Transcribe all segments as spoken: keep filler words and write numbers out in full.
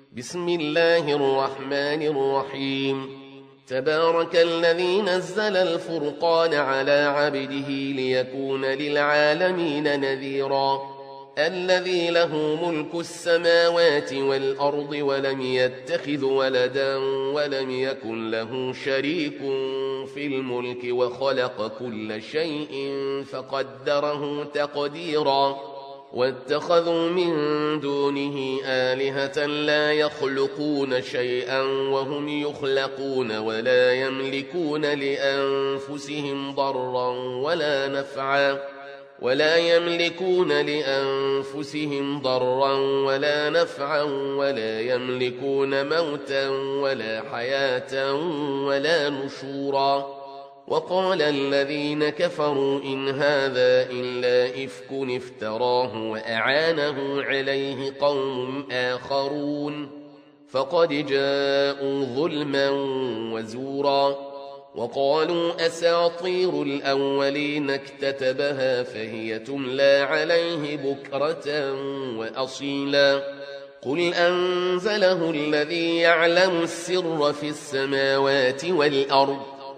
بسم الله الرحمن الرحيم تبارك الذي نزل الفرقان على عبده ليكون للعالمين نذيرا الذي له ملك السماوات والأرض ولم يتخذ ولدا ولم يكن له شريك في الملك وخلق كل شيء فقدره تقديرا واتخذوا من دونه آلهة لا يخلقون شيئا وهم يخلقون ولا يملكون لأنفسهم ضرا ولا نفعا ولا يملكون لأنفسهم ضرا ولا نفعا ولا يملكون موتا ولا حياة ولا نشورا وقال الذين كفروا إن هذا إلا إفك افتراه وأعانه عليه قوم آخرون فقد جاءوا ظلما وزورا وقالوا أساطير الأولين اكتتبها فهي تملى عليه بكرة وأصيلا قل أنزله الذي يعلم السر في السماوات والأرض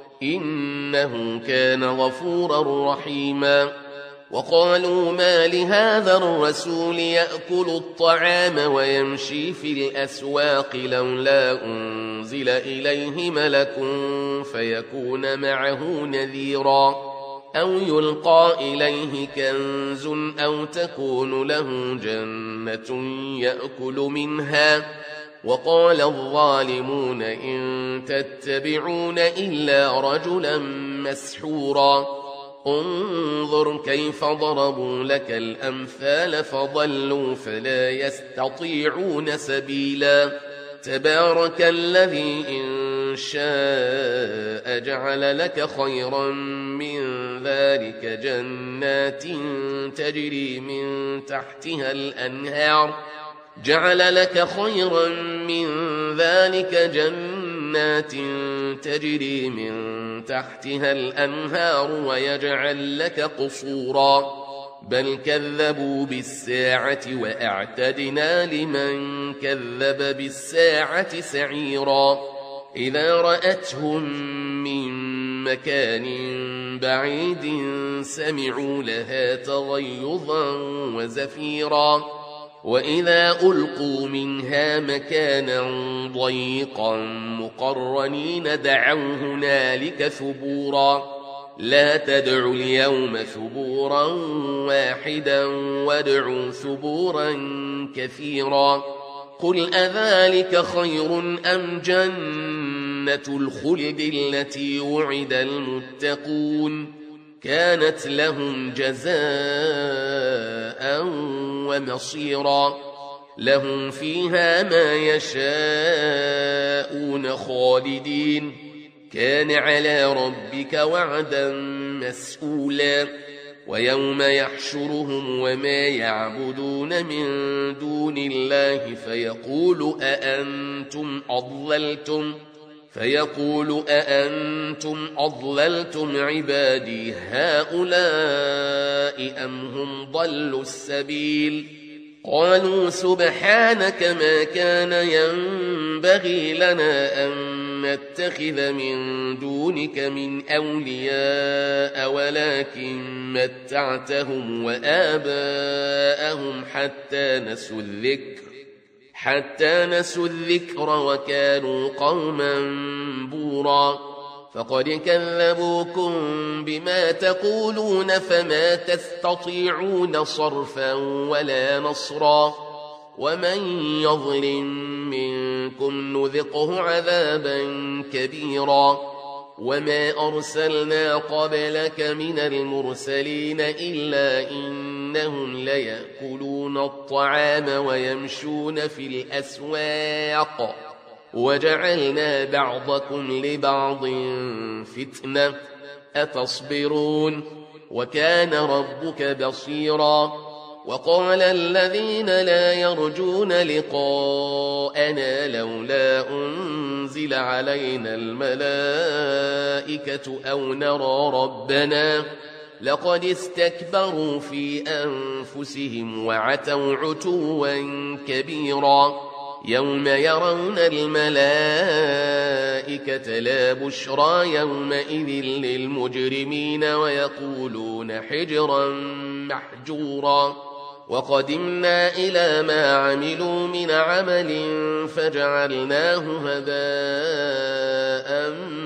إنه كان غفورا رحيما وقالوا ما لهذا الرسول يأكل الطعام ويمشي في الأسواق لولا أنزل إليه ملك فيكون معه نذيرا أو يلقى إليه كنز أو تكون له جنة يأكل منها وقال الظالمون إن تتبعون إلا رجلا مسحورا انظر كيف ضربوا لك الأمثال فضلوا فلا يستطيعون سبيلا تبارك الذي إن شاء جعل لك خيرا من ذلك جنات تجري من تحتها الأنهار جعل لك خيرا من ذلك جنات تجري من تحتها الأنهار ويجعل لك قصورا بل كذبوا بالساعة وأعتدنا لمن كذب بالساعة سعيرا إذا رأتهم من مكان بعيد سمعوا لها تغيظا وزفيرا وإذا ألقوا منها مكانا ضيقا مقرنين دعوا هنالك ثبورا لا تدعوا اليوم ثبورا واحدا وادعوا ثبورا كثيرا قل أذلك خير أم جنة الخلد التي وعد المتقون كانت لهم جزاء ومصيرا لهم فيها ما يشاءون خالدين كان على ربك وعدا مسئولا ويوم يحشرهم وما يعبدون من دون الله فيقول أأنتم أضللتم فيقول أأنتم أضللتم عبادي هؤلاء أم هم ضلوا السبيل قالوا سبحانك ما كان ينبغي لنا أن نتخذ من دونك من أولياء ولكن متعتهم وآباءهم حتى نسوا الذكر حتى نسوا الذكر وكانوا قوما بورا فقد كذبوكم بما تقولون فما تستطيعون صرفا ولا نصرا ومن يظلم منكم نذقه عذابا كبيرا وما أرسلنا قبلك من المرسلين إلا إنهم ليأكلون الطعام ويمشون في الأسواق وجعلنا بعضكم لبعض فتنة أتصبرون وكان ربك بصيرا وقال الذين لا يرجون لقاءنا لولا أنزل علينا الملائكة أو نرى ربنا لقد استكبروا في أنفسهم وعتوا عتوا كبيرا يوم يرون الملائكة لا بشرى يومئذ للمجرمين ويقولون حجرا محجورا وقدمنا إلى ما عملوا من عمل فجعلناه هباء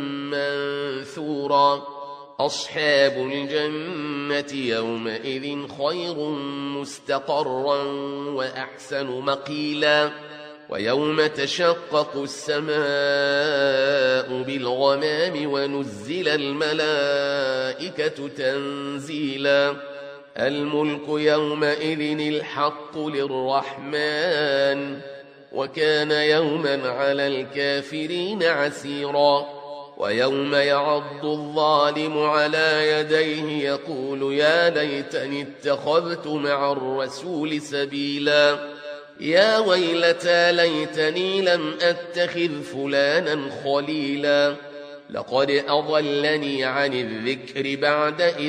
منثورا أصحاب الجنة يومئذ خير مستقرا وأحسن مقيلا ويوم تشقق السماء بالغمام ونزل الملائكة تنزيلا الملك يومئذ الحق للرحمن وكان يوما على الكافرين عسيرا ويوم يعض الظالم على يديه يقول يا ليتني اتخذت مع الرسول سبيلا يا ويلتى ليتني لم أتخذ فلانا خليلا لقد أضلني عن الذكر بعد إذ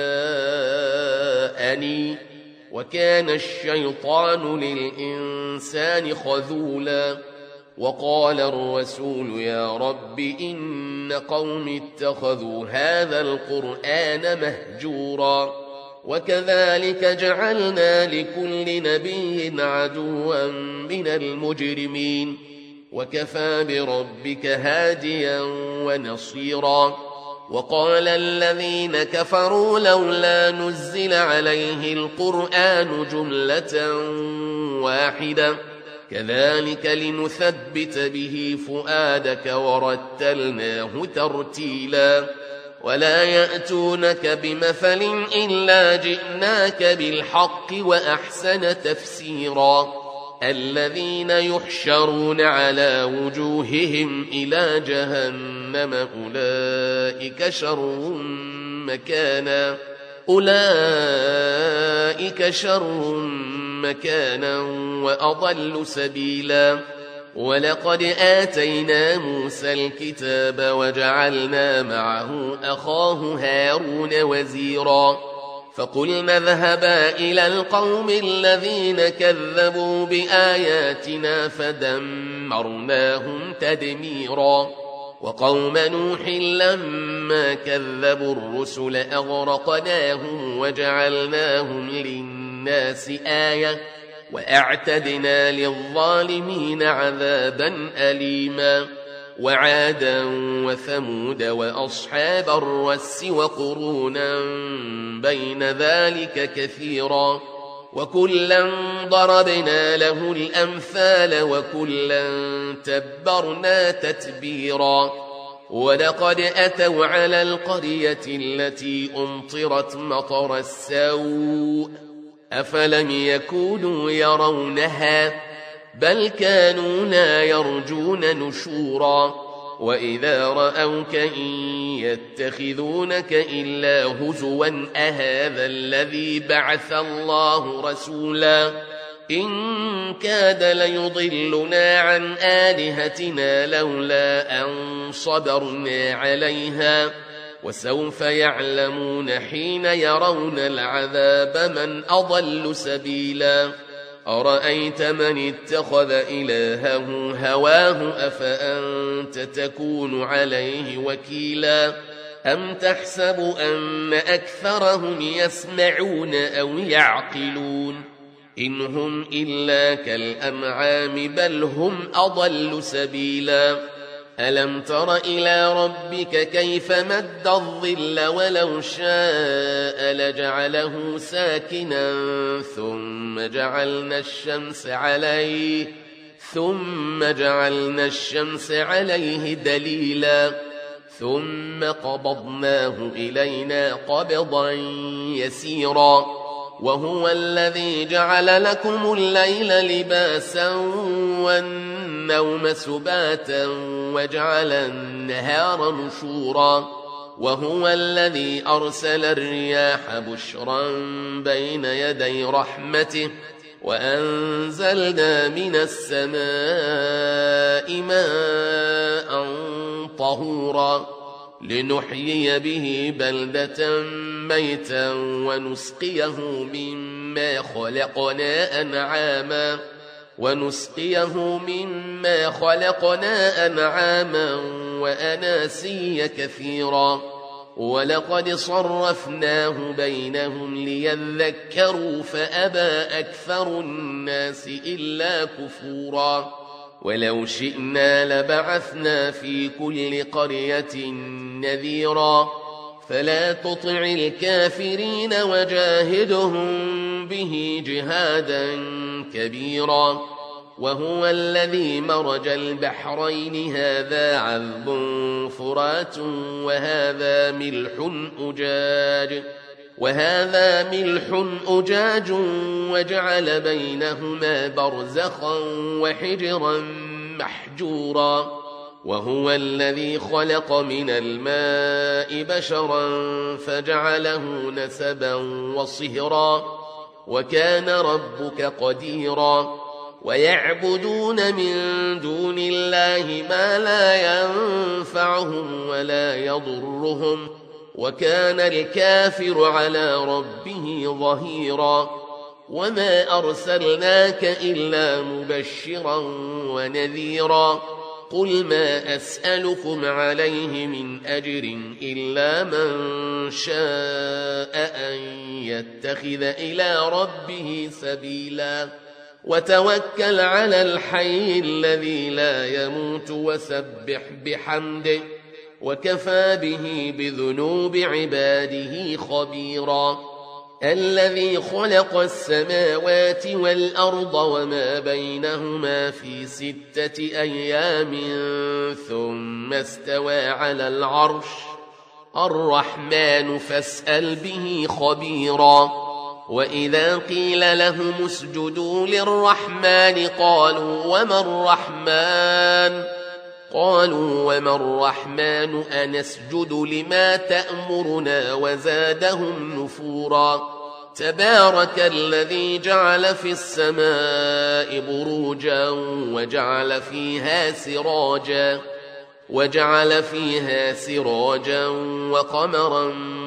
جاءني وكان الشيطان للإنسان خذولا وقال الرسول يا رب إن قوم اتخذوا هذا القرآن مهجورا وكذلك جعلنا لكل نبي عدوا من المجرمين وكفى بربك هاديا ونصيرا وقال الذين كفروا لولا نزل عليه القرآن جملة واحدة كذلك لنثبت به فؤادك ورتلناه ترتيلا ولا يأتونك بمثل إلا جئناك بالحق وأحسن تفسيرا الذين يحشرون على وجوههم إلى جهنم أولئك شر مكانا أولئك شر مكانا وأضل سبيلا ولقد آتينا موسى الكتاب وجعلنا معه أخاه هارون وزيرا فقلنا اذهبا إلى القوم الذين كذبوا بآياتنا فدمرناهم تدميرا وقوم نوح لما كذبوا الرسل أغرقناهم وجعلناهم للناس آية وأعتدنا للظالمين عذابا أليما وعادا وثمود وأصحاب الرس وقرونا بين ذلك كثيرا وكلا ضربنا له الأمثال وكلا تبرنا تتبيرا ولقد أتوا على القرية التي أمطرت مطر السوء أفلم يكونوا يرونها بل كانوا لا يرجون نشورا وإذا رأوك إن يتخذونك إلا هزوا أهذا الذي بعث الله رسولا إن كاد ليضلنا عن آلهتنا لولا أن صبرنا عليها وسوف يعلمون حين يرون العذاب من أضل سبيلا أرأيت من اتخذ إلهه هواه أفأنت تكون عليه وكيلا أم تحسب أن أكثرهم يسمعون أو يعقلون إن هم إلا كالأنعام بل هم أضل سبيلا ألم تر إلى ربك كيف مد الظل ولو شاء لجعله ساكنا ثم جعلنا الشمس عليه ثم جعلنا الشمس عليه دليلا ثم قبضناه إلينا قبضا يسيرا وهو الذي جعل لكم الليل لباسا والنوم سباتا وجعل النهار نشورا وهو الذي أرسل الرياح بشرا بين يدي رحمته وأنزلنا من السماء ماء طهورا لنحيي به بلدة ميتا ونسقيه مما خلقنا أنعاما ونسقيه مما خلقنا أنعاما وأناسيا كثيرا ولقد صرفناه بينهم ليذكروا فأبى أكثر الناس إلا كفورا ولو شئنا لبعثنا في كل قرية نذيرا فلا تطع الكافرين وجاهدهم به جهادا كبيرا وهو الذي مرج البحرين هذا عذب فرات وهذا ملح أجاج وهذا ملح أجاج وجعل بينهما برزخا وحجرا محجورا وهو الذي خلق من الماء بشرا فجعله نسبا وصهرا وكان ربك قديرا ويعبدون من دون الله ما لا ينفعهم ولا يضرهم وكان الكافر على ربه ظهيرا وما أرسلناك إلا مبشرا ونذيرا قل ما أسألكم عليه من أجر إلا من شاء أن يتخذ إلى ربه سبيلا وتوكل على الحي الذي لا يموت وسبح بحمده وكفى به بذنوب عباده خبيرا الذي خلق السماوات والأرض وما بينهما في ستة أيام ثم استوى على العرش الرحمن فاسأل به خبيرا وإذا قيل لهم اسجدوا للرحمن قالوا وما الرحمن قالوا وما الرحمن أنسجد لما تأمرنا وزادهم نفورا تبارك الذي جعل في السماء بروجا وجعل فيها سراجا وجعل فيها سراجا وقمرا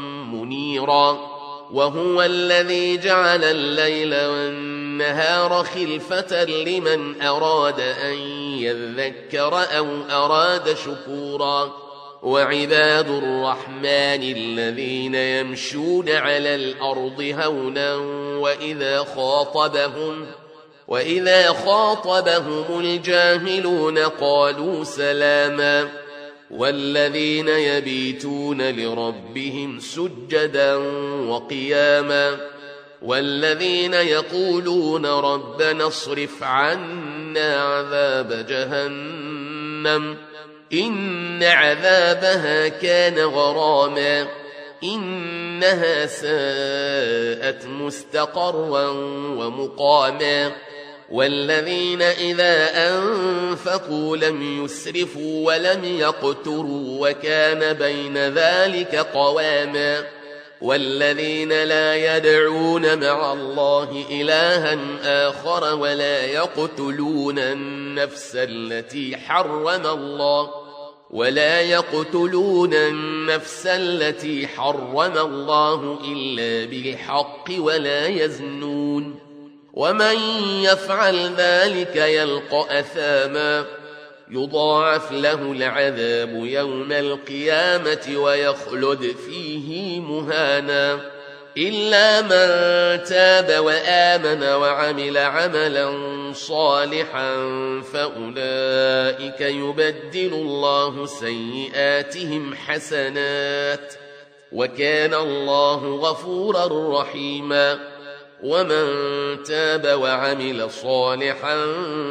منيرا وهو الذي جعل الليل والنهار خلفة لمن أراد أن يذكر أو أراد شكورا وعباد الرحمن الذين يمشون على الأرض هونا وإذا خاطبهم وإذا خاطبهم الجاهلون قالوا سلاما والذين يبيتون لربهم سجدا وقياما والذين يقولون ربنا اصرف عنا عذاب جهنم إن عذابها كان غراما إنها ساءت مستقرا ومقاما والذين إذا أنفقوا لم يسرفوا ولم يقتروا وكان بين ذلك قواما والذين لا يدعون مع الله إلها آخر ولا يقتلون النفس التي حرم الله ولا يقتلون النفس التي حرم الله إلا بالحق ولا يزنون ومن يفعل ذلك يلقى أثاما يضاعف له العذاب يوم القيامة ويخلد فيه مهانا إلا من تاب وآمن وعمل عملا صالحا فأولئك يبدل الله سيئاتهم حسنات وكان الله غفورا رحيما ومن تاب وعمل صالحا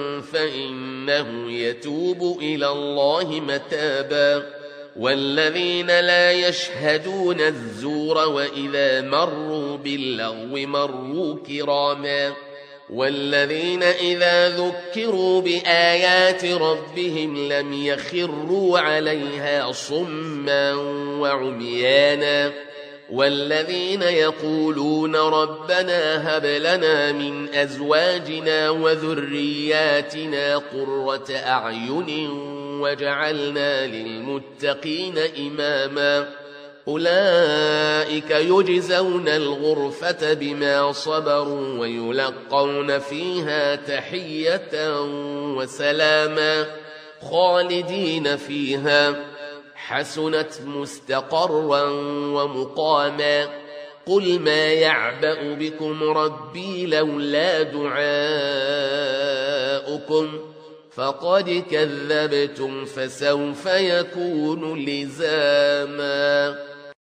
فإنه يتوب إلى الله متابا والذين لا يشهدون الزور وإذا مروا باللغو مروا كراما والذين إذا ذكروا بآيات ربهم لم يخروا عليها صما وعميانا والذين يقولون ربنا هب لنا من أزواجنا وذرياتنا قرة أعين وجعلنا للمتقين إماما أولئك يجزون الغرفة بما صبروا ويلقون فيها تحية وسلاما خالدين فيها حسنت مستقرا ومقاما قل ما يعبأ بكم ربي لولا دعاؤكم فقد كذبتم فسوف يكون لزاما.